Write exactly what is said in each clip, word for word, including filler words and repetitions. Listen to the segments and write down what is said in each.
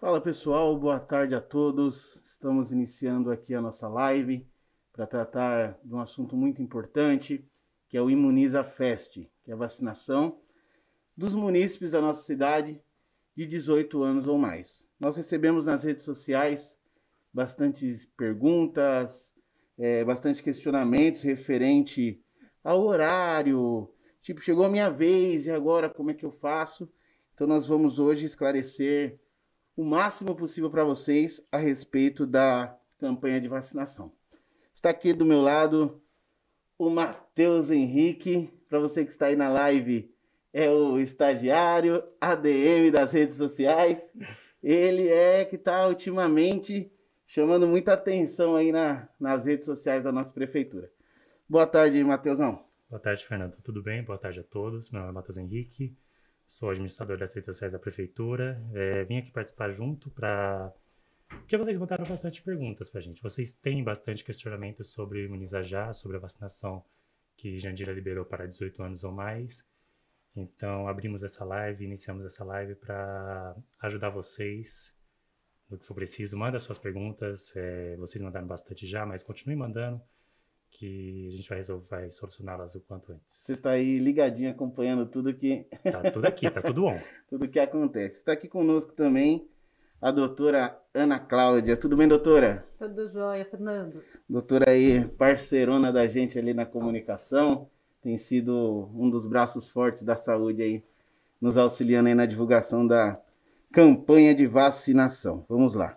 Fala pessoal, boa tarde a todos. Estamos iniciando aqui a nossa live para tratar de um assunto muito importante, que é o Imuniza Fest, que é a vacinação dos munícipes da nossa cidade de dezoito anos ou mais. Nós recebemos nas redes sociais bastantes perguntas, é, bastante questionamentos referente ao horário, tipo, chegou a minha vez e agora como é que eu faço? Então nós vamos hoje esclarecer o máximo possível para vocês a respeito da campanha de vacinação. Está aqui do meu lado o Matheus Henrique, para você que está aí na live, é o estagiário, A D M das redes sociais. Ele é que está ultimamente chamando muita atenção aí na, nas redes sociais da nossa prefeitura. Boa tarde, Matheusão. Boa tarde, Fernando. Tudo bem? Boa tarde a todos. Meu nome é Matheus Henrique. Sou administrador das redes sociais da Prefeitura. É, vim aqui participar junto para... Porque vocês botaram bastante perguntas para a gente. Vocês têm bastante questionamentos sobre o Imuniza Já, sobre a vacinação que Jandira liberou para dezoito anos ou mais. Então, abrimos essa live, iniciamos essa live para ajudar vocês no que for preciso. Manda suas perguntas. É, vocês mandaram bastante já, mas continue mandando, que a gente vai resolver, vai solucioná-las o quanto antes. Você está aí ligadinho, acompanhando tudo que... Tá tudo aqui, tá tudo bom. tudo que acontece. Está aqui conosco também a doutora Ana Cláudia. Tudo bem, doutora? Tudo jóia, Fernando. Doutora aí, parceirona da gente ali na comunicação, tem sido um dos braços fortes da saúde aí, nos auxiliando aí na divulgação da campanha de vacinação. Vamos lá.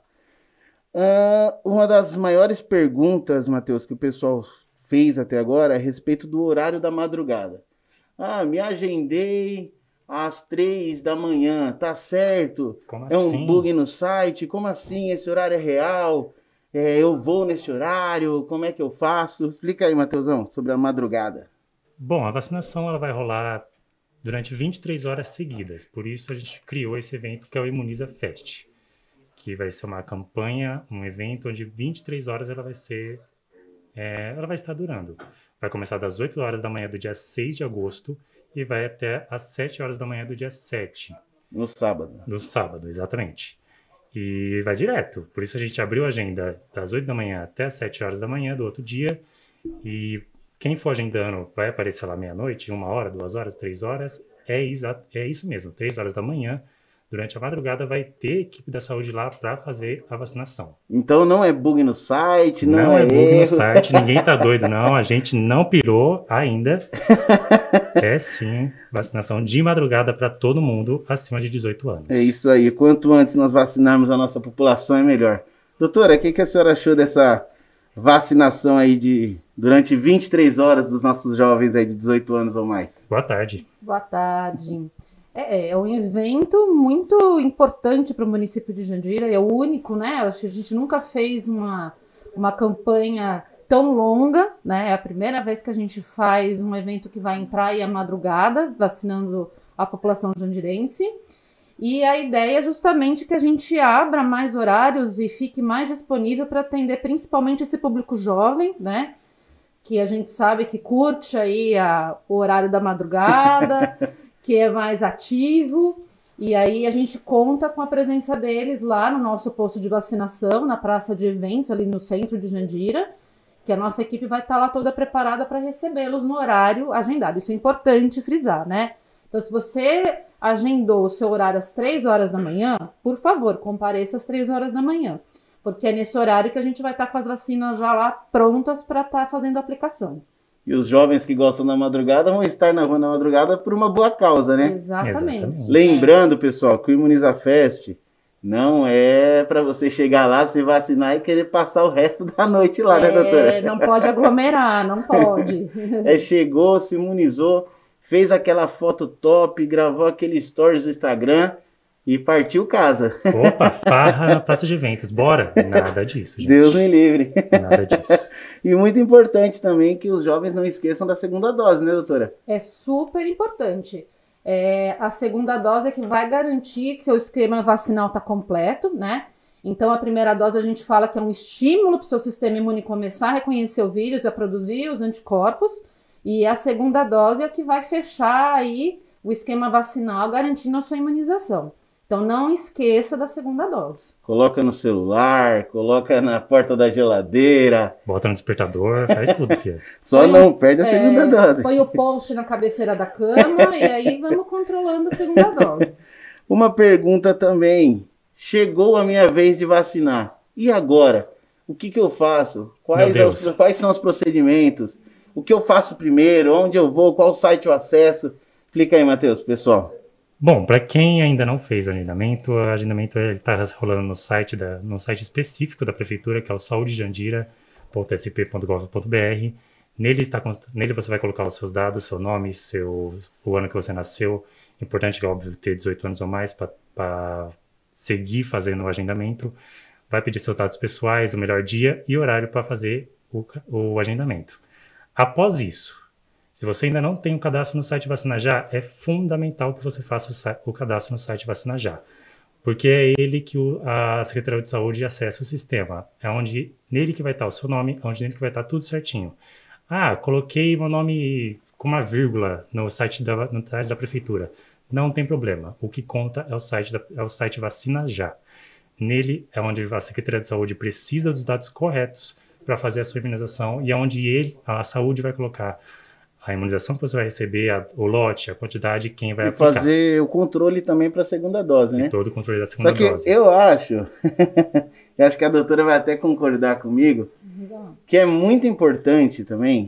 Uh, uma das maiores perguntas, Matheus, que o pessoal fez até agora é a respeito do horário da madrugada. Ah, me agendei às três da manhã, tá certo? Como é um assim? bug no site? Como assim? Esse horário é real? É, eu vou nesse horário? Como é que eu faço? Explica aí, Matheusão, sobre a madrugada. Bom, a vacinação ela vai rolar durante vinte e três horas seguidas. Por isso a gente criou esse evento que é o Imuniza Fest, que vai ser uma campanha, um evento onde vinte e três horas ela vai ser, é, ela vai estar durando. Vai começar das oito horas da manhã do dia seis de agosto e vai até às sete horas da manhã do dia sete. No sábado. No sábado, exatamente. E vai direto. Por isso a gente abriu a agenda das oito da manhã até às sete horas da manhã do outro dia. E quem for agendando vai aparecer lá meia-noite, uma hora, duas horas, três horas. É, exa- é isso mesmo, três horas da manhã. Durante a madrugada vai ter equipe da saúde lá para fazer a vacinação. Então não é bug no site, não, Não é é bug erro. no site, ninguém tá doido não, a gente não pirou ainda. É sim, vacinação de madrugada para todo mundo acima de dezoito anos. É isso aí, quanto antes nós vacinarmos a nossa população é melhor. Doutora, o que, que a senhora achou dessa vacinação aí de durante vinte e três horas dos nossos jovens aí de dezoito anos ou mais? Boa tarde. Boa tarde. É, é um evento muito importante para o município de Jandira, é o único, né? Acho que a gente nunca fez uma, uma campanha tão longa, né? É a primeira vez que a gente faz um evento que vai entrar aí à madrugada, vacinando a população jandirense. E a ideia é justamente que a gente abra mais horários e fique mais disponível para atender principalmente esse público jovem, né? Que a gente sabe que curte aí a, o horário da madrugada, que é mais ativo, e aí a gente conta com a presença deles lá no nosso posto de vacinação, na praça de eventos, ali no centro de Jandira, que a nossa equipe vai estar lá toda preparada para recebê-los no horário agendado. Isso é importante frisar, né? Então, se você agendou o seu horário às três horas da manhã, por favor, compareça às três horas da manhã, porque é nesse horário que a gente vai estar com as vacinas já lá prontas para estar fazendo a aplicação. E os jovens que gostam da madrugada vão estar na rua na madrugada por uma boa causa, né? Exatamente. Exatamente. Lembrando, pessoal, que o Imuniza Fest não é para você chegar lá, se vacinar e querer passar o resto da noite lá, né, doutora? É, não pode aglomerar, não pode. É, chegou, se imunizou, fez aquela foto top, gravou aquele stories do Instagram e partiu casa. Opa, farra na praça de eventos, bora? Nada disso, gente. Deus me livre. Nada disso. E muito importante também que os jovens não esqueçam da segunda dose, né, doutora? É super importante. É, a segunda dose é que vai garantir que o esquema vacinal está completo, né? Então, a primeira dose a gente fala que é um estímulo para o seu sistema imune começar a reconhecer o vírus e a produzir os anticorpos. E a segunda dose é o que vai fechar aí o esquema vacinal, garantindo a sua imunização. Então não esqueça da segunda dose. Coloca no celular, coloca na porta da geladeira. Bota no despertador, faz tudo, filha. Só Põe não o- perde a segunda é, dose. Põe o post na cabeceira da cama e aí vamos controlando a segunda dose. Uma pergunta também. Chegou a minha vez de vacinar. E agora? O que, que eu faço? Quais, Meu é os- Deus. quais são os procedimentos? O que eu faço primeiro? Onde eu vou? Qual site eu acesso? Explica aí, Matheus, pessoal. Bom, para quem ainda não fez o agendamento, o agendamento está rolando no site, da, no site específico da prefeitura, que é o saudejandira ponto s p ponto gov ponto b r. Nele, está, const- nele você vai colocar os seus dados, seu nome, seu, o ano que você nasceu. Importante, é óbvio, ter dezoito anos ou mais para seguir fazendo o agendamento. Vai pedir seus dados pessoais, o melhor dia e horário para fazer o, ca- o agendamento. Após isso, se você ainda não tem um cadastro no site Vacina Já, é fundamental que você faça o, sa- o cadastro no site Vacina Já, porque é ele que o- a Secretaria de Saúde acessa o sistema. É onde nele que vai estar o seu nome, é onde nele que vai estar tudo certinho. Ah, coloquei meu nome com uma vírgula no site da, no site da prefeitura. Não tem problema. O que conta é o site, da, é o site Vacina Já. Nele é onde a Secretaria de Saúde precisa dos dados corretos para fazer a sua imunização e é onde ele, a saúde vai colocar a imunização que você vai receber, a- o lote, a quantidade, quem vai E aplicar. fazer o controle também para a segunda dose, né? E todo o controle da segunda Só que dose. eu acho, eu acho que a doutora vai até concordar comigo, Legal. que é muito importante também,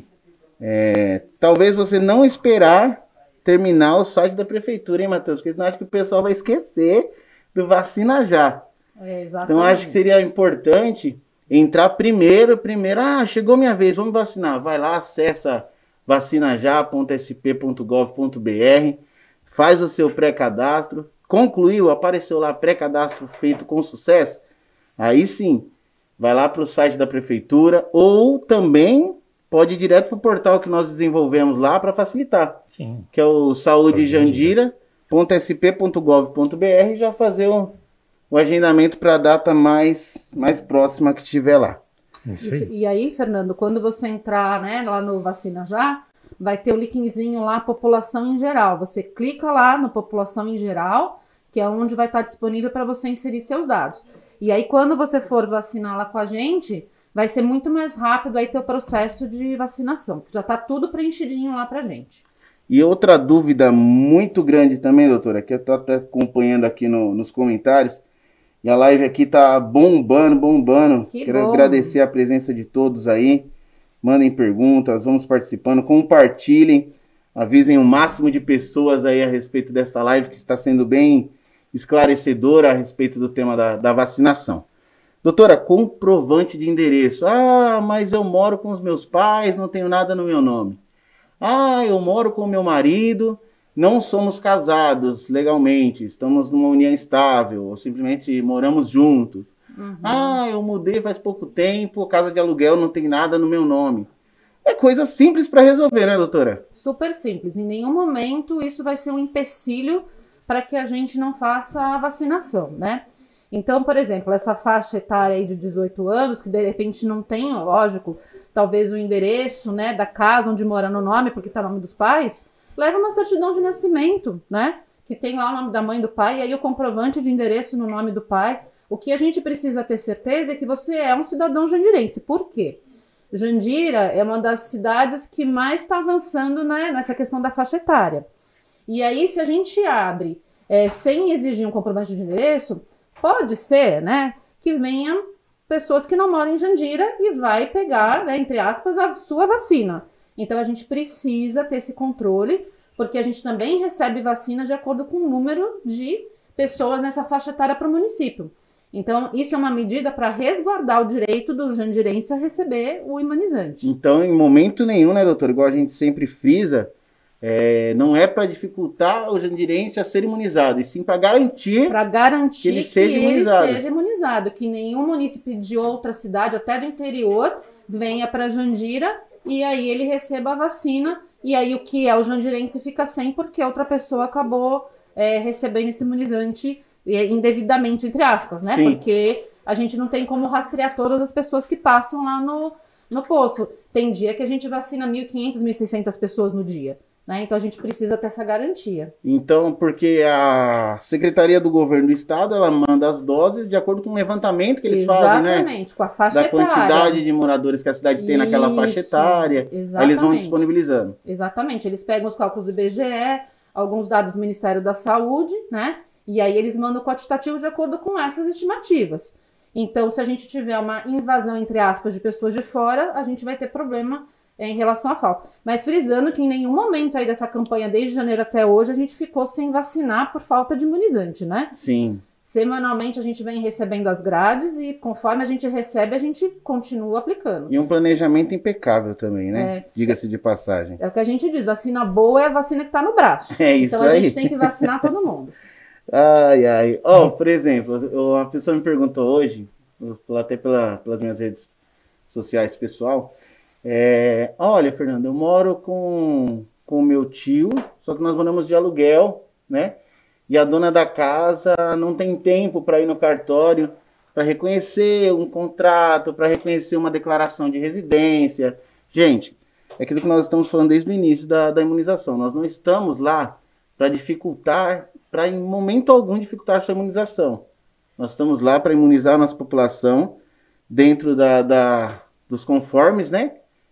é, talvez você não esperar terminar o site da prefeitura, hein, Matheus? Porque senão acho que o pessoal vai esquecer do Vacina Já. É, exatamente. Então acho que seria importante entrar primeiro, primeiro, ah, chegou minha vez, vamos vacinar. Vai lá, acessa vacinajá ponto s p ponto gov ponto b r, faz o seu pré-cadastro, concluiu, apareceu lá pré-cadastro feito com sucesso, aí sim, vai lá para o site da prefeitura ou também pode ir direto para o portal que nós desenvolvemos lá para facilitar, Sim. que é o saudejandira ponto s p ponto gov ponto b r e já fazer o, o agendamento para a data mais, mais próxima que tiver lá. Isso Isso. aí. E aí, Fernando, quando você entrar, né, lá no Vacina Já, vai ter o linkzinho lá, população em geral. Você clica lá no população em geral, que é onde vai estar disponível para você inserir seus dados. E aí, quando você for vacinar lá com a gente, vai ser muito mais rápido aí teu processo de vacinação. Já está tudo preenchidinho lá pra gente. E outra dúvida muito grande também, doutora, que eu estou até acompanhando aqui no- nos comentários, e a live aqui tá bombando, bombando. Que Quero bom. agradecer a presença de todos aí. Mandem perguntas, vamos participando, compartilhem, avisem o máximo de pessoas aí a respeito dessa live que está sendo bem esclarecedora a respeito do tema da, da vacinação. Doutora, comprovante de endereço. Ah, mas eu moro com os meus pais, não tenho nada no meu nome. Ah, eu moro com meu marido, não somos casados legalmente, estamos numa união estável, ou simplesmente moramos juntos. Uhum. Ah, eu mudei faz pouco tempo, casa de aluguel não tem nada no meu nome. É coisa simples para resolver, né, doutora? Super simples. Em nenhum momento isso vai ser um empecilho para que a gente não faça a vacinação, né? Então, por exemplo, essa faixa etária aí de dezoito anos, que de repente não tem, lógico, talvez o endereço, né, da casa onde mora no nome, porque está o nome dos pais, leva uma certidão de nascimento, né? Que tem lá o nome da mãe e do pai, e aí o comprovante de endereço no nome do pai. O que a gente precisa ter certeza é que você é um cidadão jandirense. Por quê? Jandira é uma das cidades que mais está avançando, né, nessa questão da faixa etária. E aí, se a gente abre é, sem exigir um comprovante de endereço, pode ser, né, que venham pessoas que não moram em Jandira e vai pegar, né, entre aspas, a sua vacina. Então, a gente precisa ter esse controle, porque a gente também recebe vacina de acordo com o número de pessoas nessa faixa etária para o município. Então, isso é uma medida para resguardar o direito do jandirense a receber o imunizante. Então, em momento nenhum, né, doutor? Igual a gente sempre frisa, é, não é para dificultar o jandirense a ser imunizado, e sim para garantir Para garantir que ele que seja ele imunizado. seja imunizado, que nenhum município de outra cidade, até do interior, venha para Jandira e aí ele receba a vacina, e aí o que é o jandirense fica sem, porque outra pessoa acabou é, recebendo esse imunizante é, indevidamente, entre aspas, né? Sim. Porque a gente não tem como rastrear todas as pessoas que passam lá no, no posto. Tem dia que a gente vacina mil e quinhentas, mil e seiscentas pessoas no dia. né? Então a gente precisa ter essa garantia. Então, porque a Secretaria do Governo do Estado, ela manda as doses de acordo com o levantamento que eles Exatamente, fazem, né? Exatamente, com a faixa da etária. quantidade de moradores que a cidade tem naquela faixa Isso, etária. exatamente. Aí eles vão disponibilizando. Exatamente, eles pegam os cálculos do I B G E, alguns dados do Ministério da Saúde, né? E aí eles mandam o quantitativo de acordo com essas estimativas. Então, se a gente tiver uma invasão, entre aspas, de pessoas de fora, a gente vai ter problema em relação à falta. Mas frisando que em nenhum momento aí dessa campanha, desde janeiro até hoje, a gente ficou sem vacinar por falta de imunizante, né? Sim. Semanalmente a gente vem recebendo as grades e conforme a gente recebe, a gente continua aplicando. E um planejamento impecável também, né? É. Diga-se de passagem. É o que a gente diz, vacina boa é a vacina que está no braço. É isso então a aí. gente tem que vacinar todo mundo. Ai, ai. Ó, oh, por exemplo, uma pessoa me perguntou hoje, até pela, pelas minhas redes sociais pessoal, é, olha, Fernando, eu moro com o meu tio, só que nós moramos de aluguel, né? E a dona da casa não tem tempo para ir no cartório para reconhecer um contrato, para reconhecer uma declaração de residência. Gente, é aquilo que nós estamos falando desde o início da, da imunização. Nós não estamos lá para dificultar, para em momento algum dificultar a sua imunização. Nós estamos lá para imunizar a nossa população dentro da, da, dos conformes, né?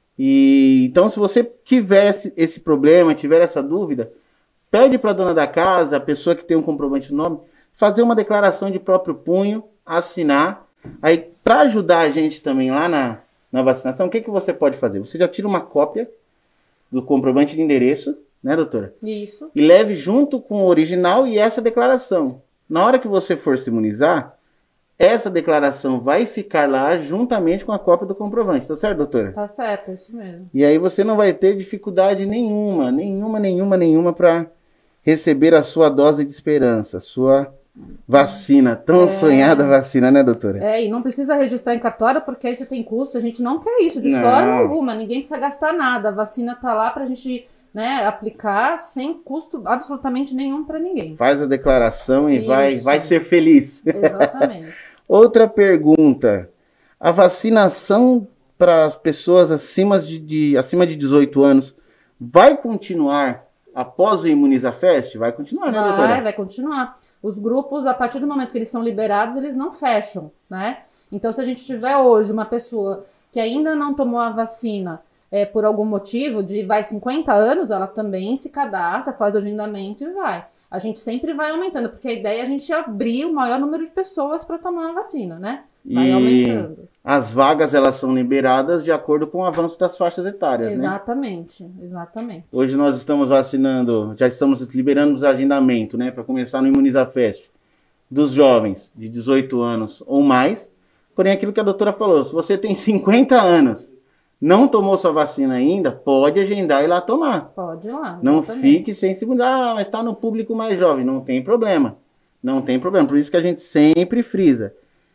E então, se você tiver esse problema, tiver essa dúvida, pede para a dona da casa, a pessoa que tem um comprovante de nome, fazer uma declaração de próprio punho, assinar. Aí, para ajudar a gente também lá na, na vacinação, o que, que você pode fazer? Você já tira uma cópia do comprovante de endereço, né, doutora? Isso. E leve junto com o original e essa declaração. Na hora que você for se imunizar, essa declaração vai ficar lá juntamente com a cópia do comprovante. Tá certo, doutora? Tá certo, isso mesmo. E aí você não vai ter dificuldade nenhuma, nenhuma, nenhuma, nenhuma para receber a sua dose de esperança, a sua vacina, tão É. sonhada vacina, né, doutora? É, e não precisa registrar em cartório, porque aí você tem custo, a gente não quer isso de Não. forma alguma, ninguém precisa gastar nada, a vacina tá lá pra gente, né, aplicar sem custo absolutamente nenhum pra ninguém. Faz a declaração e Isso. vai, vai ser feliz. Exatamente. Outra pergunta, a vacinação para as pessoas acima de, de, acima de dezoito anos vai continuar após o Imunizafest? Vai continuar, né, doutora? Vai, vai continuar. Os grupos, a partir do momento que eles são liberados, eles não fecham, né? Então, se a gente tiver hoje uma pessoa que ainda não tomou a vacina é, por algum motivo, de vai cinquenta anos, ela também se cadastra, faz o agendamento e vai. A gente sempre vai aumentando, porque a ideia é a gente abrir o maior número de pessoas para tomar a vacina, né? Vai E aumentando. as vagas, elas são liberadas de acordo com o avanço das faixas etárias, né? Exatamente, exatamente. Hoje nós estamos vacinando, já estamos liberando os agendamentos, né, para começar no Imunizafest dos jovens de dezoito anos ou mais. Porém, aquilo que a doutora falou, se você tem cinquenta anos, não tomou sua vacina ainda, pode agendar e ir lá tomar. Pode ir lá. Não exatamente. fique sem segurar, ah, mas está no público mais jovem. Não tem problema. Não tem problema. Por isso que a gente sempre frisa.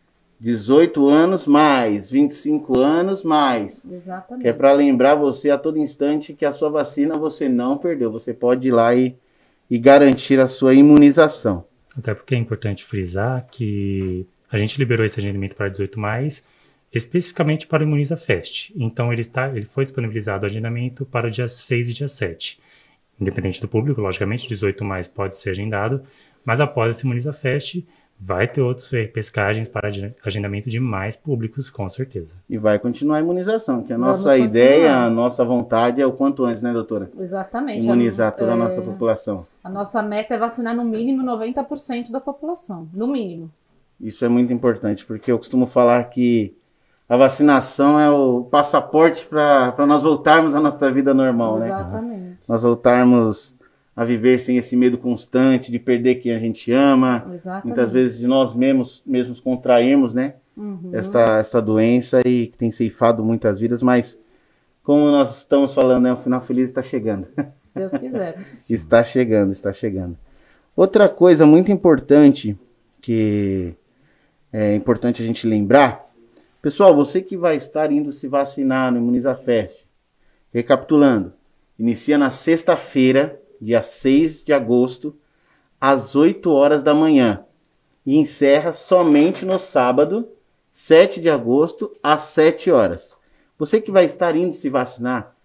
dezoito anos mais, vinte e cinco anos mais. Exatamente. Que é para lembrar você a todo instante que a sua vacina você não perdeu. Você pode ir lá e, e garantir a sua imunização. Até porque é importante frisar que a gente liberou esse agendamento para dezoito mais, especificamente para o Imunizafest. Então ele, está, ele foi disponibilizado o agendamento para o dia seis e dia sete. Independente do público, logicamente, dezoito mais pode ser agendado, mas após esse Imunizafest, vai ter outras pescagens para agendamento de mais públicos, com certeza. E vai continuar a imunização, que a Vamos nossa continuar. ideia, a nossa vontade é o quanto antes, né, doutora? Exatamente. Imunizar a, toda a é, nossa população. A nossa meta é vacinar no mínimo noventa por cento da população. No mínimo. Isso é muito importante, porque eu costumo falar que a vacinação é o passaporte para nós voltarmos à nossa vida normal, né? Exatamente. Nós voltarmos a viver sem esse medo constante de perder quem a gente ama. Exatamente. Muitas vezes de nós mesmos, mesmos contrairmos, né? Uhum. Esta, esta doença e que tem ceifado muitas vidas, mas como nós estamos falando, né? O final feliz está chegando. Se Deus quiser. Está chegando, está chegando. Outra coisa muito importante que é importante a gente lembrar, pessoal, você que vai estar indo se vacinar no Imunizafest, recapitulando, inicia na sexta-feira, dia seis de agosto, às oito horas da manhã, e encerra somente no sábado, sete de agosto, às sete horas. Você que vai estar indo se vacinar,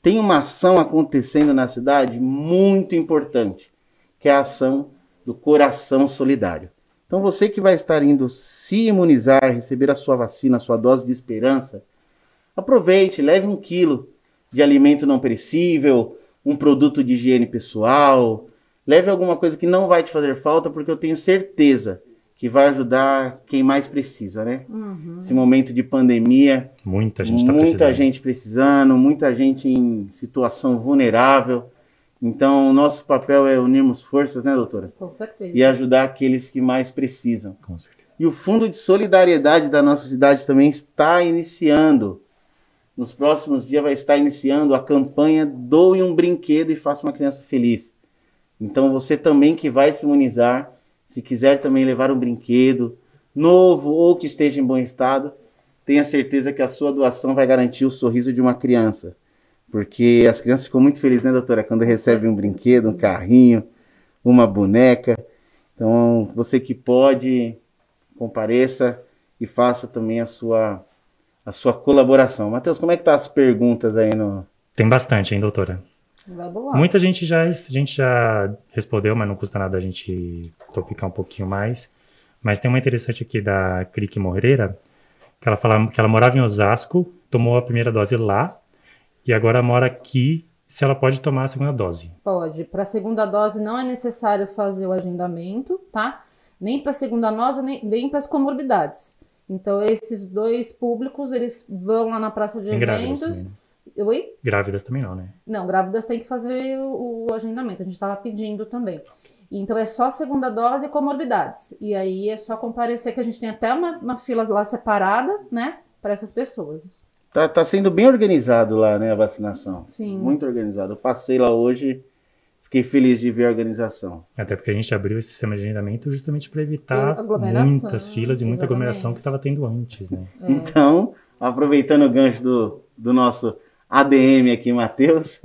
tem uma ação acontecendo na cidade muito importante, que é a ação do Coração Solidário. Então você que vai estar indo se imunizar, receber a sua vacina, a sua dose de esperança, aproveite, leve um quilo de alimento não perecível, um produto de higiene pessoal, leve alguma coisa que não vai te fazer falta, porque eu tenho certeza que vai ajudar quem mais precisa, né? Uhum. Esse momento de pandemia, Muita gente está muita precisando. gente precisando, muita gente em situação vulnerável. Então, o nosso papel é unirmos forças, né, doutora? Com certeza. E ajudar aqueles que mais precisam. Com certeza. E o Fundo de Solidariedade da nossa cidade também está iniciando. Nos próximos dias vai estar iniciando a campanha Doe um Brinquedo e Faça uma Criança Feliz. Então, você também que vai se imunizar, se quiser também levar um brinquedo novo ou que esteja em bom estado, tenha certeza que a sua doação vai garantir o sorriso de uma criança. Porque as crianças ficam muito felizes, né, doutora? Quando recebem um brinquedo, um carrinho, uma boneca. Então, você que pode, compareça e faça também a sua, a sua colaboração. Matheus, como é que tá as perguntas aí no... Tem bastante, hein, doutora? Vamos lá. Muita gente já, a gente já respondeu, mas não custa nada a gente topicar um pouquinho mais. Mas tem uma interessante aqui da Crique Moreira, que ela fala que ela morava em Osasco, tomou a primeira dose lá, e agora mora aqui, se ela pode tomar a segunda dose. Pode. Para a segunda dose não é necessário fazer o agendamento, tá? Nem para a segunda dose, nem, nem para as comorbidades. Então, esses dois públicos, eles vão lá na praça de Tem grávidas eventos. também, né? Oi? Grávidas também não, né? Não, grávidas tem que fazer o, o agendamento. A gente estava pedindo também. Então, é só segunda dose e comorbidades. E aí é só comparecer, que a gente tem até uma, uma fila lá separada, né? Para essas pessoas. Tá, tá sendo bem organizado lá, né, a vacinação. Sim. Muito organizado. Eu passei lá hoje, fiquei feliz de ver a organização. Até porque a gente abriu esse sistema de agendamento justamente para evitar Aglomeração, muitas filas e muita exatamente. aglomeração que estava tendo antes, né? É. Então, aproveitando o gancho do, do nosso A D M aqui, Matheus,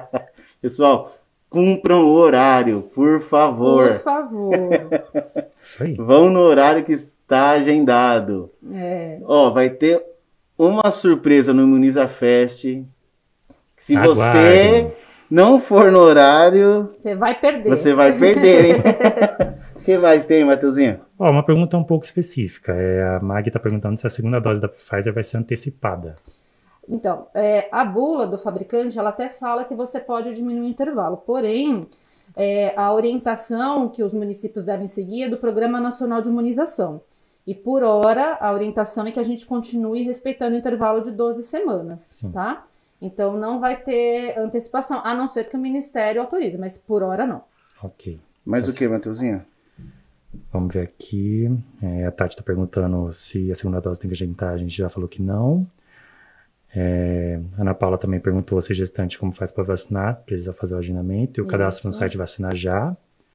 pessoal, cumpram o horário, por favor. Por favor. Isso aí. Vão no horário que está agendado. É. Ó, vai ter uma surpresa no Imuniza Fest. Se Aguardem. você não for no horário, Você vai perder. você vai perder, hein? O que mais tem, Matheusinho? Ó, uma pergunta um pouco específica. É, a Mag está perguntando se a segunda dose da Pfizer vai ser antecipada. Então, é, a bula do fabricante, ela até fala que você pode diminuir o intervalo. Porém, é, a orientação que os municípios devem seguir é do Programa Nacional de Imunização. E por hora, a orientação é que a gente continue respeitando o intervalo de doze semanas, Sim. tá? Então, não vai ter antecipação, a não ser que o Ministério autorize, mas por hora não. Ok. Mais o que, Matheusinho? Vamos ver aqui. É, a Tati está perguntando se a segunda dose tem que agendar. A gente já falou que não. É, a Ana Paula também perguntou se gestante como faz para vacinar. Precisa fazer o agendamento. E o cadastro no Isso. site vacinar já.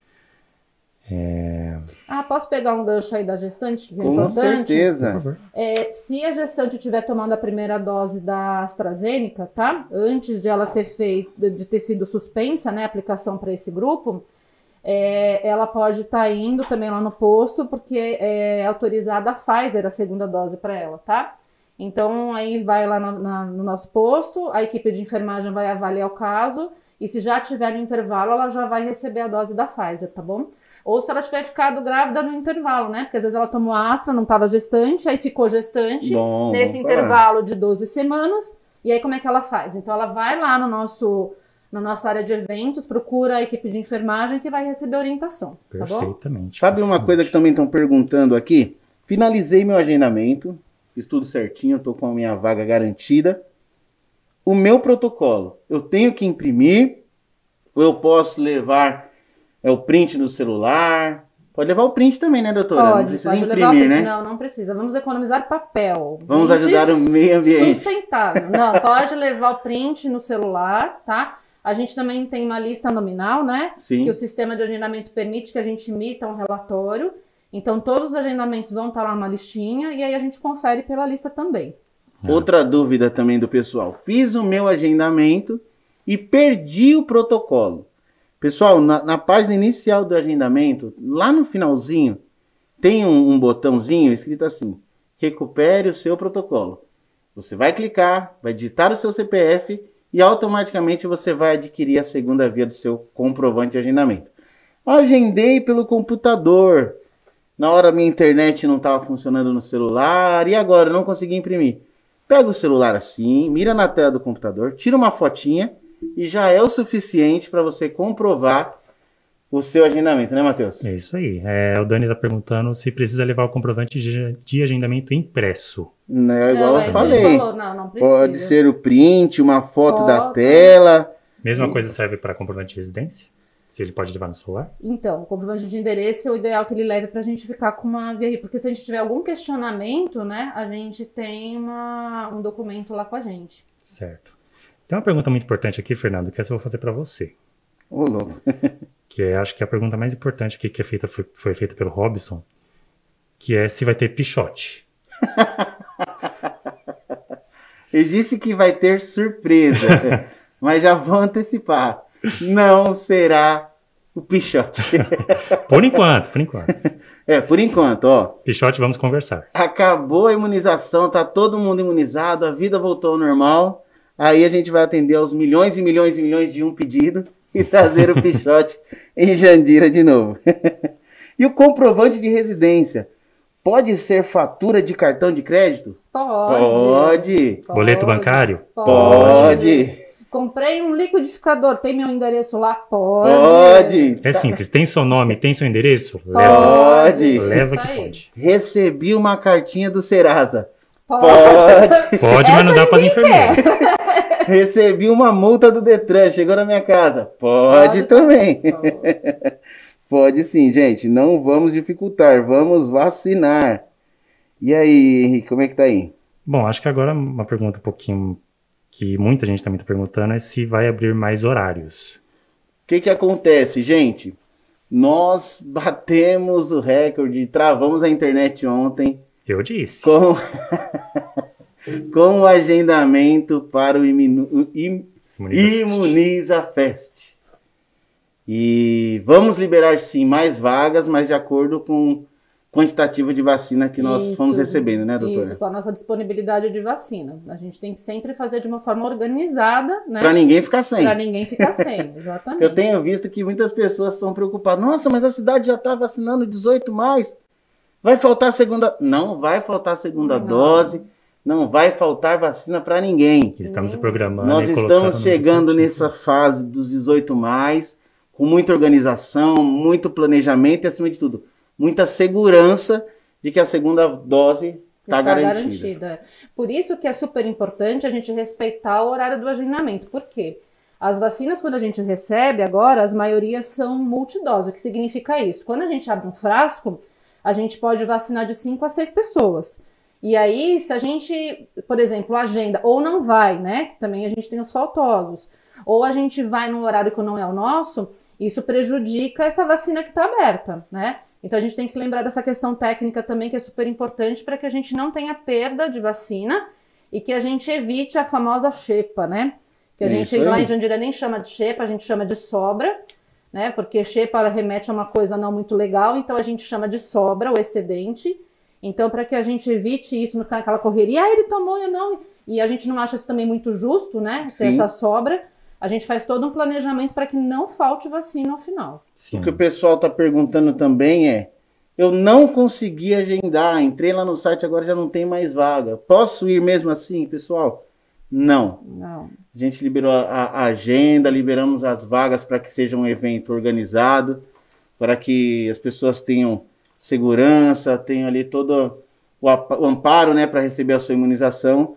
É, Ah, posso pegar um gancho aí da gestante? Que é Com importante? por certeza. favor. É, se a gestante tiver tomando a primeira dose da AstraZeneca, tá? Antes de ela ter feito, de ter sido suspensa, né, a aplicação para esse grupo, é, ela pode estar indo também lá no posto, porque é autorizada a Pfizer, a segunda dose para ela, tá? Então, aí vai lá na- na- no nosso posto, a equipe de enfermagem vai avaliar o caso, e se já tiver no intervalo, ela já vai receber a dose da Pfizer, tá bom? Ou se ela tiver ficado grávida no intervalo, né? Porque às vezes ela tomou a Astra, não estava gestante, aí ficou gestante Bom, nesse vamos falar. intervalo de doze semanas. E aí como é que ela faz? Então ela vai lá no nosso, na nossa área de eventos, procura a equipe de enfermagem que vai receber orientação, tá bom? Perfeitamente. Sabe uma coisa que também estão perguntando aqui? Finalizei meu agendamento, fiz tudo certinho, estou com a minha vaga garantida. O meu protocolo, eu tenho que imprimir ou eu posso levar é, o print no celular? Pode levar o print também, né, doutora? Não Pode, precisa pode imprimir, levar o print. né? Não, não precisa. Vamos economizar papel. Vamos Print ajudar o meio ambiente. Sustentável. Não, pode levar o print no celular, tá? A gente também tem uma lista nominal, né? Sim. Que o sistema de agendamento permite que a gente emita um relatório. Então, todos os agendamentos vão estar lá numa listinha e aí a gente confere pela lista também. Outra dúvida também do pessoal. Fiz o meu agendamento e perdi o protocolo. Pessoal, na, na página inicial do agendamento, lá no finalzinho, tem um, um botãozinho escrito assim, recupere o seu protocolo. Você vai clicar, vai digitar o seu C P F e automaticamente você vai adquirir a segunda via do seu comprovante de agendamento. Agendei pelo computador, na hora minha internet não estava funcionando no celular, e agora eu não consegui imprimir. Pega o celular assim, mira na tela do computador, tira uma fotinha e já é o suficiente para você comprovar o seu agendamento, né, Matheus? É isso aí. É, o Dani está perguntando se precisa levar o comprovante de, de agendamento impresso. Não, é igual Não, eu é, falei. ele falou, não, não precisa. Pode ser o print, uma foto, da Foto. tela. Mesma coisa serve para comprovante de residência? Se ele pode levar no celular? Então, o comprovante de endereço é o ideal que ele leve para a gente ficar com uma via RI, porque se a gente tiver algum questionamento, né, a gente tem uma, um documento lá com a gente. Certo. Tem uma pergunta muito importante aqui, Fernando, que essa eu vou fazer para você. Ô, louco. Que é, acho que é a pergunta mais importante aqui que é feita, foi, foi feita pelo Robson, que é se vai ter pichote. Ele disse que vai ter surpresa, mas já vou antecipar. Não será o pichote. Por enquanto, por enquanto. É, por enquanto, ó. Pichote, vamos conversar. Acabou a imunização, tá todo mundo imunizado, a vida voltou ao normal. Aí a gente vai atender aos milhões e milhões e milhões de um pedido e trazer o pichote em Jandira de novo. E o comprovante de residência pode ser fatura de cartão de crédito? Pode. Pode. Boleto bancário? Pode. Comprei um liquidificador, tem meu endereço lá? Pode. Pode. É simples, tem seu nome, tem seu endereço? Pode. Leva Isso que aí. pode. Recebi uma cartinha do Serasa. Pode. Pode. Pode, mas não dá para as enfermeiras. Recebi uma multa do Detran, chegou na minha casa. Pode, Pode também. Pode. Pode sim, gente. Não vamos dificultar, vamos vacinar. E aí, Henrique, como é que tá aí? Bom, acho que agora uma pergunta um pouquinho que muita gente também está perguntando é se vai abrir mais horários. O que que acontece, gente? Nós batemos o recorde, travamos a internet ontem Eu disse. com, com o agendamento para o Iminu- Im- Imuniza- Imuniza Fest. E vamos liberar sim mais vagas, mas de acordo com o quantitativo de vacina que nós Isso, fomos recebendo, né, doutora? Isso, com a nossa disponibilidade de vacina. A gente tem que sempre fazer de uma forma organizada, né? Para ninguém ficar sem. Pra ninguém ficar sem, exatamente. Eu tenho visto que muitas pessoas estão preocupadas. Nossa, mas a cidade já está vacinando dezoito mais. Vai faltar segunda... Não vai faltar segunda Não. dose. Não vai faltar vacina para ninguém. Estamos se programando. Nós e colocando estamos no chegando sentido. nessa fase dos dezoito mais, com muita organização, muito planejamento e, acima de tudo, muita segurança de que a segunda dose está garantida. Por isso que é super importante a gente respeitar o horário do agendamento. Por quê? As vacinas, quando a gente recebe agora, as maiorias são multidose. O que significa isso? Quando a gente abre um frasco, a gente pode vacinar de cinco a seis pessoas. E aí, se a gente, por exemplo, agenda ou não vai, né? Que também a gente tem os faltosos. Ou a gente vai num horário que não é o nosso, isso prejudica essa vacina que está aberta, né? Então a gente tem que lembrar dessa questão técnica também, que é super importante para que a gente não tenha perda de vacina e que a gente evite a famosa xepa, né? Que a gente Isso lá aí. em Jandira nem chama de xepa, a gente chama de sobra, né? Porque xepa ela remete a uma coisa não muito legal, então a gente chama de sobra, o excedente. Então, para que a gente evite isso, não ficar naquela correria, ah, ele tomou, eu não. E a gente não acha isso também muito justo, né? Ter Sim. essa sobra. A gente faz todo um planejamento para que não falte vacina ao final. Sim. O que o pessoal está perguntando também é, eu não consegui agendar, entrei lá no site, agora já não tem mais vaga. Posso ir mesmo assim, pessoal? Não. Não. A gente liberou a, a agenda, liberamos as vagas para que seja um evento organizado, para que as pessoas tenham segurança, tenham ali todo o, apa- o amparo, né, para receber a sua imunização,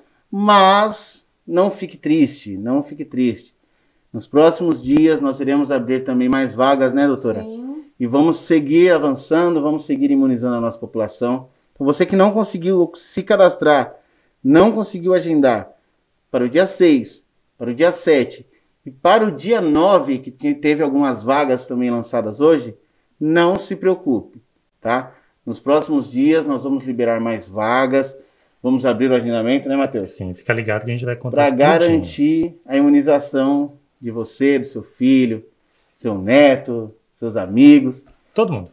mas não fique triste, não fique triste. Nos próximos dias nós iremos abrir também mais vagas, né, doutora? Sim. E vamos seguir avançando, vamos seguir imunizando a nossa população. Então, você que não conseguiu se cadastrar, não conseguiu agendar para o dia seis, para o dia sete e para o dia nove, que te- teve algumas vagas também lançadas hoje, não se preocupe, tá? Nos próximos dias nós vamos liberar mais vagas, vamos abrir o agendamento, né, Matheus? Sim, fica ligado que a gente vai contar Para tudinho. garantir a imunização de você, do seu filho, seu neto, seus amigos, Todo mundo.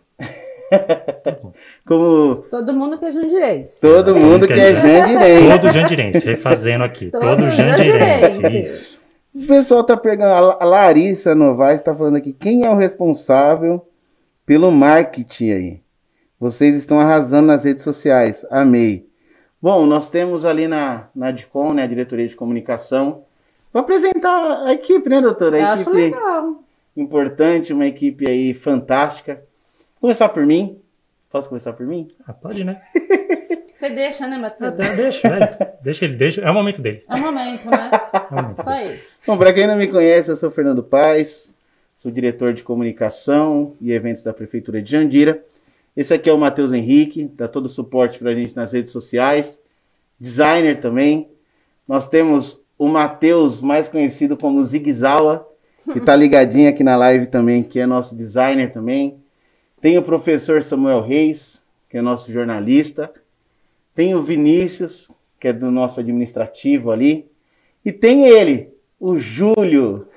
Todo mundo. como Todo mundo que é jandirense. todo mundo que é jandirense. Todo jandirense, refazendo aqui. Todo Todo jandirense. jandirense. Isso. O pessoal tá perguntando, a Larissa Novaes está falando aqui, quem é o responsável pelo marketing aí? Vocês estão arrasando nas redes sociais, amei. Bom, nós temos ali na, na DICOM, né, a Diretoria de Comunicação. Vou apresentar a equipe, né, doutora? A Eu equipe acho legal. importante, uma equipe aí fantástica. Vou começar por mim. Posso começar por mim? Ah, pode, né? Você deixa, né, Matheus? Até deixa, vai. Deixa ele, deixa. É o momento dele. É o momento, né? É o momento Isso dele. aí. Bom, para quem não me conhece, eu sou Fernando Paes, sou diretor de comunicação e eventos da Prefeitura de Jandira. Esse aqui é o Matheus Henrique, dá todo o suporte para a gente nas redes sociais, designer também. Nós temos o Matheus, mais conhecido como Zigzawa, que está ligadinho aqui na live também, que é nosso designer também. Tem o professor Samuel Reis, que é nosso jornalista. Tem o Vinícius, que é do nosso administrativo ali. E tem ele, o Júlio.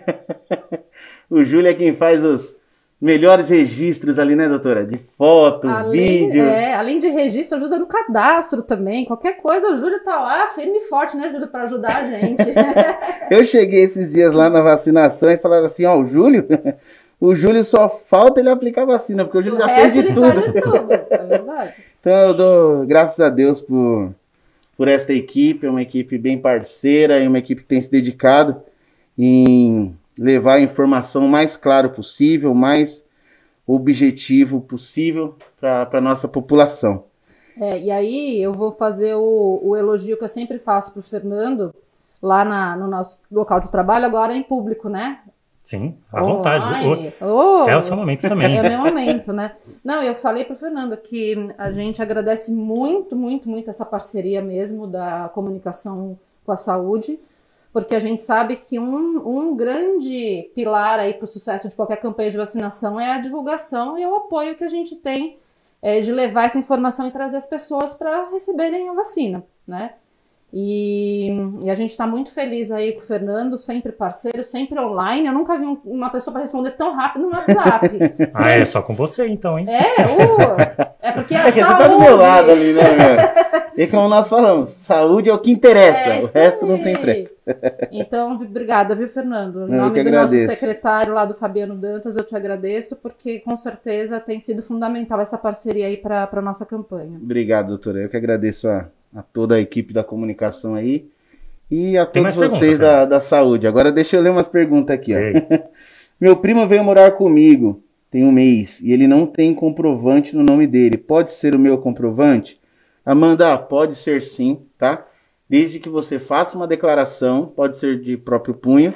O Júlio é quem faz os melhores registros ali, né, doutora? De foto, Além, vídeo. é, além de registro, ajuda no cadastro também. Qualquer coisa, o Júlio tá lá firme e forte, né, Júlio, para ajudar a gente. Eu cheguei esses dias lá na vacinação e falaram assim, ó, o Júlio, o Júlio só falta ele aplicar a vacina, porque o Júlio O já resto fez de ele tudo. faz de tudo, é verdade. Então eu dou graças a Deus por, por esta equipe, é uma equipe bem parceira, é uma equipe que tem se dedicado em levar a informação mais clara possível, mais objetivo possível para a nossa população. É, e aí eu vou fazer o, o elogio que eu sempre faço pro Fernando, lá na, no nosso local de trabalho, agora em público, né? Sim, à vontade. Online. O- Oh, É o seu momento também. É o meu momento, né? Não, eu falei pro Fernando que a gente agradece muito, muito, muito essa parceria mesmo da comunicação com a saúde, porque a gente sabe que um, um grande pilar aí para o sucesso de qualquer campanha de vacinação é a divulgação e o apoio que a gente tem é, de levar essa informação e trazer as pessoas para receberem a vacina, né? E, e a gente está muito feliz aí com o Fernando, sempre parceiro, sempre online. Eu nunca vi um- uma pessoa para responder tão rápido no WhatsApp. Ah, é Sempre- só com você então, hein? É, uh, é porque a É que você saúde... tá do meu lado ali, né, meu? E como nós falamos, saúde é o que interessa, É o isso resto não aí. tem preço. Então, vi- obrigada, viu, Fernando? Em Não, eu nome que do nosso agradeço. secretário lá do Fabiano Dantas, eu te agradeço, porque com certeza tem sido fundamental essa parceria aí para a nossa campanha. Obrigado, doutora. Eu que agradeço a, a toda a equipe da comunicação aí e a Tem todos mais vocês pergunta, da, Fernando? da saúde. Agora deixa eu ler umas perguntas aqui, ó. Ei, Meu primo veio morar comigo tem um mês e ele não tem comprovante no nome dele. Pode ser o meu comprovante? Amanda, pode ser sim, tá? Desde que você faça uma declaração, pode ser de próprio punho,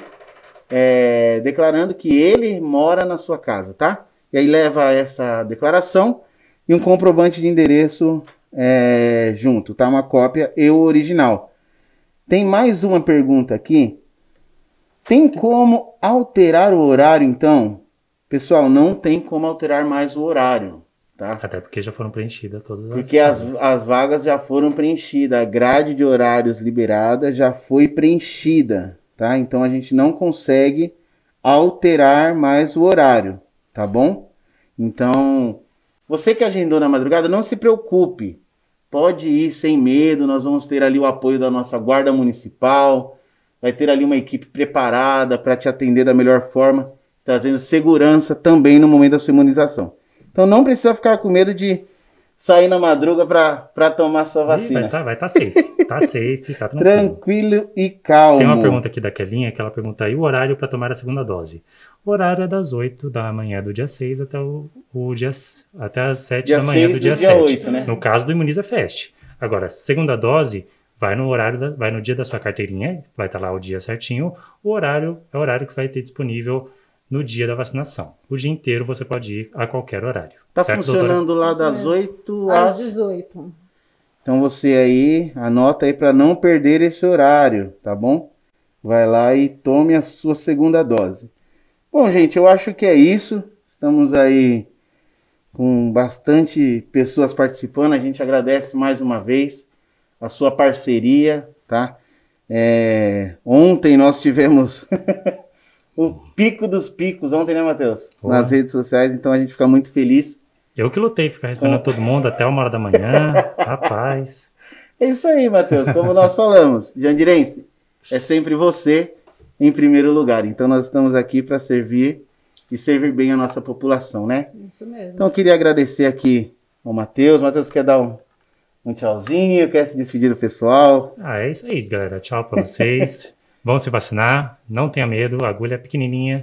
é, declarando que ele mora na sua casa, tá? E aí leva essa declaração e um comprovante de endereço é, junto, tá? Uma cópia e o original. Tem mais uma pergunta aqui. Tem como alterar o horário, então? Pessoal, não tem como alterar mais o horário, tá? até porque já foram preenchidas todas as Porque as, vagas. as vagas já foram preenchidas, a grade de horários liberada já foi preenchida, tá? Então a gente não consegue alterar mais o horário, tá bom? Então, você que agendou na madrugada, não se preocupe. Pode ir sem medo, nós vamos ter ali o apoio da nossa guarda municipal, vai ter ali uma equipe preparada para te atender da melhor forma, trazendo segurança também no momento da sua imunização. Então não precisa ficar com medo de sair na madruga para tomar sua Ih, Vai vacina. estar vai tá safe. Tá safe, tá tranquilo. Tranquilo e calmo. Tem uma pergunta aqui da Kelinha, que ela pergunta aí o horário para tomar a segunda dose. O horário é das oito da manhã do dia seis até, o, o dia, até as sete Dia da manhã seis do dia do dia sete. oito, né? No caso do Imuniza Fest. Agora, segunda dose, vai no horário, da- vai no dia da sua carteirinha, vai estar lá o dia certinho. O horário é o horário que vai ter disponível no dia da vacinação. O dia inteiro você pode ir a qualquer horário. Tá certo, doutora? funcionando lá das Funcionando. oito Às às... dezoito. Então você aí, anota aí para não perder esse horário, tá bom? Vai lá e tome a sua segunda dose. Bom, gente, eu acho que é isso. Estamos aí com bastante pessoas participando. A gente agradece mais uma vez a sua parceria, tá? É, Ontem nós tivemos o pico dos picos, ontem, né, Matheus? Pô. Nas redes sociais, então a gente fica muito feliz. Eu que lutei, ficar respondendo todo mundo até uma hora da manhã. Rapaz. É isso aí, Matheus. Como nós falamos, Jandirense, é sempre você em primeiro lugar. Então nós estamos aqui para servir e servir bem a nossa população, né? Isso mesmo. Então eu queria agradecer aqui ao Matheus. Matheus quer dar um, um tchauzinho, quer se despedir do pessoal? Ah, é isso aí, galera. Tchau para vocês. Vão se vacinar, não tenha medo, a agulha é pequenininha.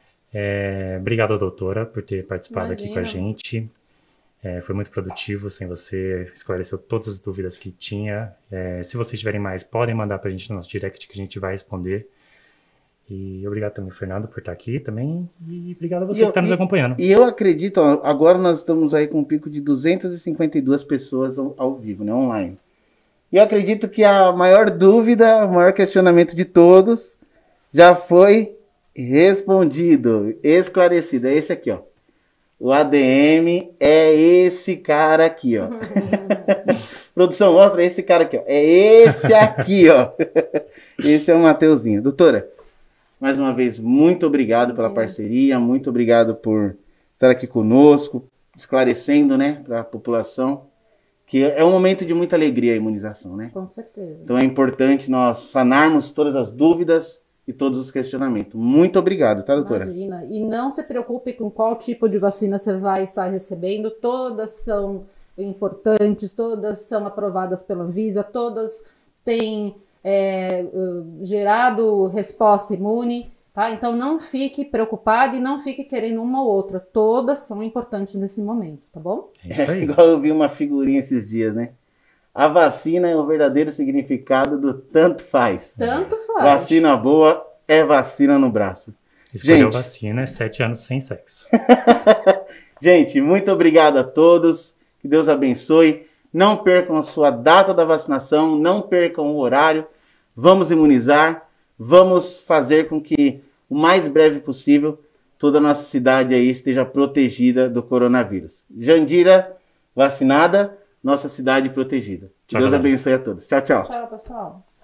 É, obrigado, doutora, por ter participado Imagina. aqui com a gente. É, foi muito produtivo, sem você esclareceu todas as dúvidas que tinha. É, se vocês tiverem mais, podem mandar para a gente no nosso direct que a gente vai responder. E obrigado também, Fernando, por estar aqui também. E obrigado a você eu, que está nos acompanhando. E eu acredito, ó, agora nós estamos aí com um pico de duzentas e cinquenta e duas pessoas ao, ao vivo, né, online. E eu acredito que a maior dúvida, o maior questionamento de todos já foi respondido, esclarecido. É esse aqui, ó. O A D M é esse cara aqui, ó. Produção, mostra esse cara aqui, ó. É esse aqui, ó. Esse é o Mateuzinho. Doutora, mais uma vez, muito obrigado pela parceria, muito obrigado por estar aqui conosco, esclarecendo, né, para a população, que é um momento de muita alegria a imunização, né? Com certeza. Então é importante nós sanarmos todas as dúvidas e todos os questionamentos. Muito obrigado, tá, doutora? Imagina. E não se preocupe com qual tipo de vacina você vai estar recebendo. Todas são importantes, todas são aprovadas pela Anvisa, todas têm é, gerado resposta imune, tá? Então não fique preocupado e não fique querendo uma ou outra. Todas são importantes nesse momento, tá bom? É isso aí. É, igual eu vi uma figurinha esses dias, né? A vacina é o verdadeiro significado do tanto faz. Tanto faz. Vacina boa é vacina no braço. Escolheu Gente, vacina é sete anos sem sexo. Gente, muito obrigado a todos. Que Deus abençoe. Não percam a sua data da vacinação, não percam o horário. Vamos imunizar, vamos fazer com que o mais breve possível toda a nossa cidade aí esteja protegida do coronavírus. Jandira vacinada, nossa cidade protegida. Que Tchau, Deus galera. abençoe a todos. Tchau, tchau. Tchau, pessoal.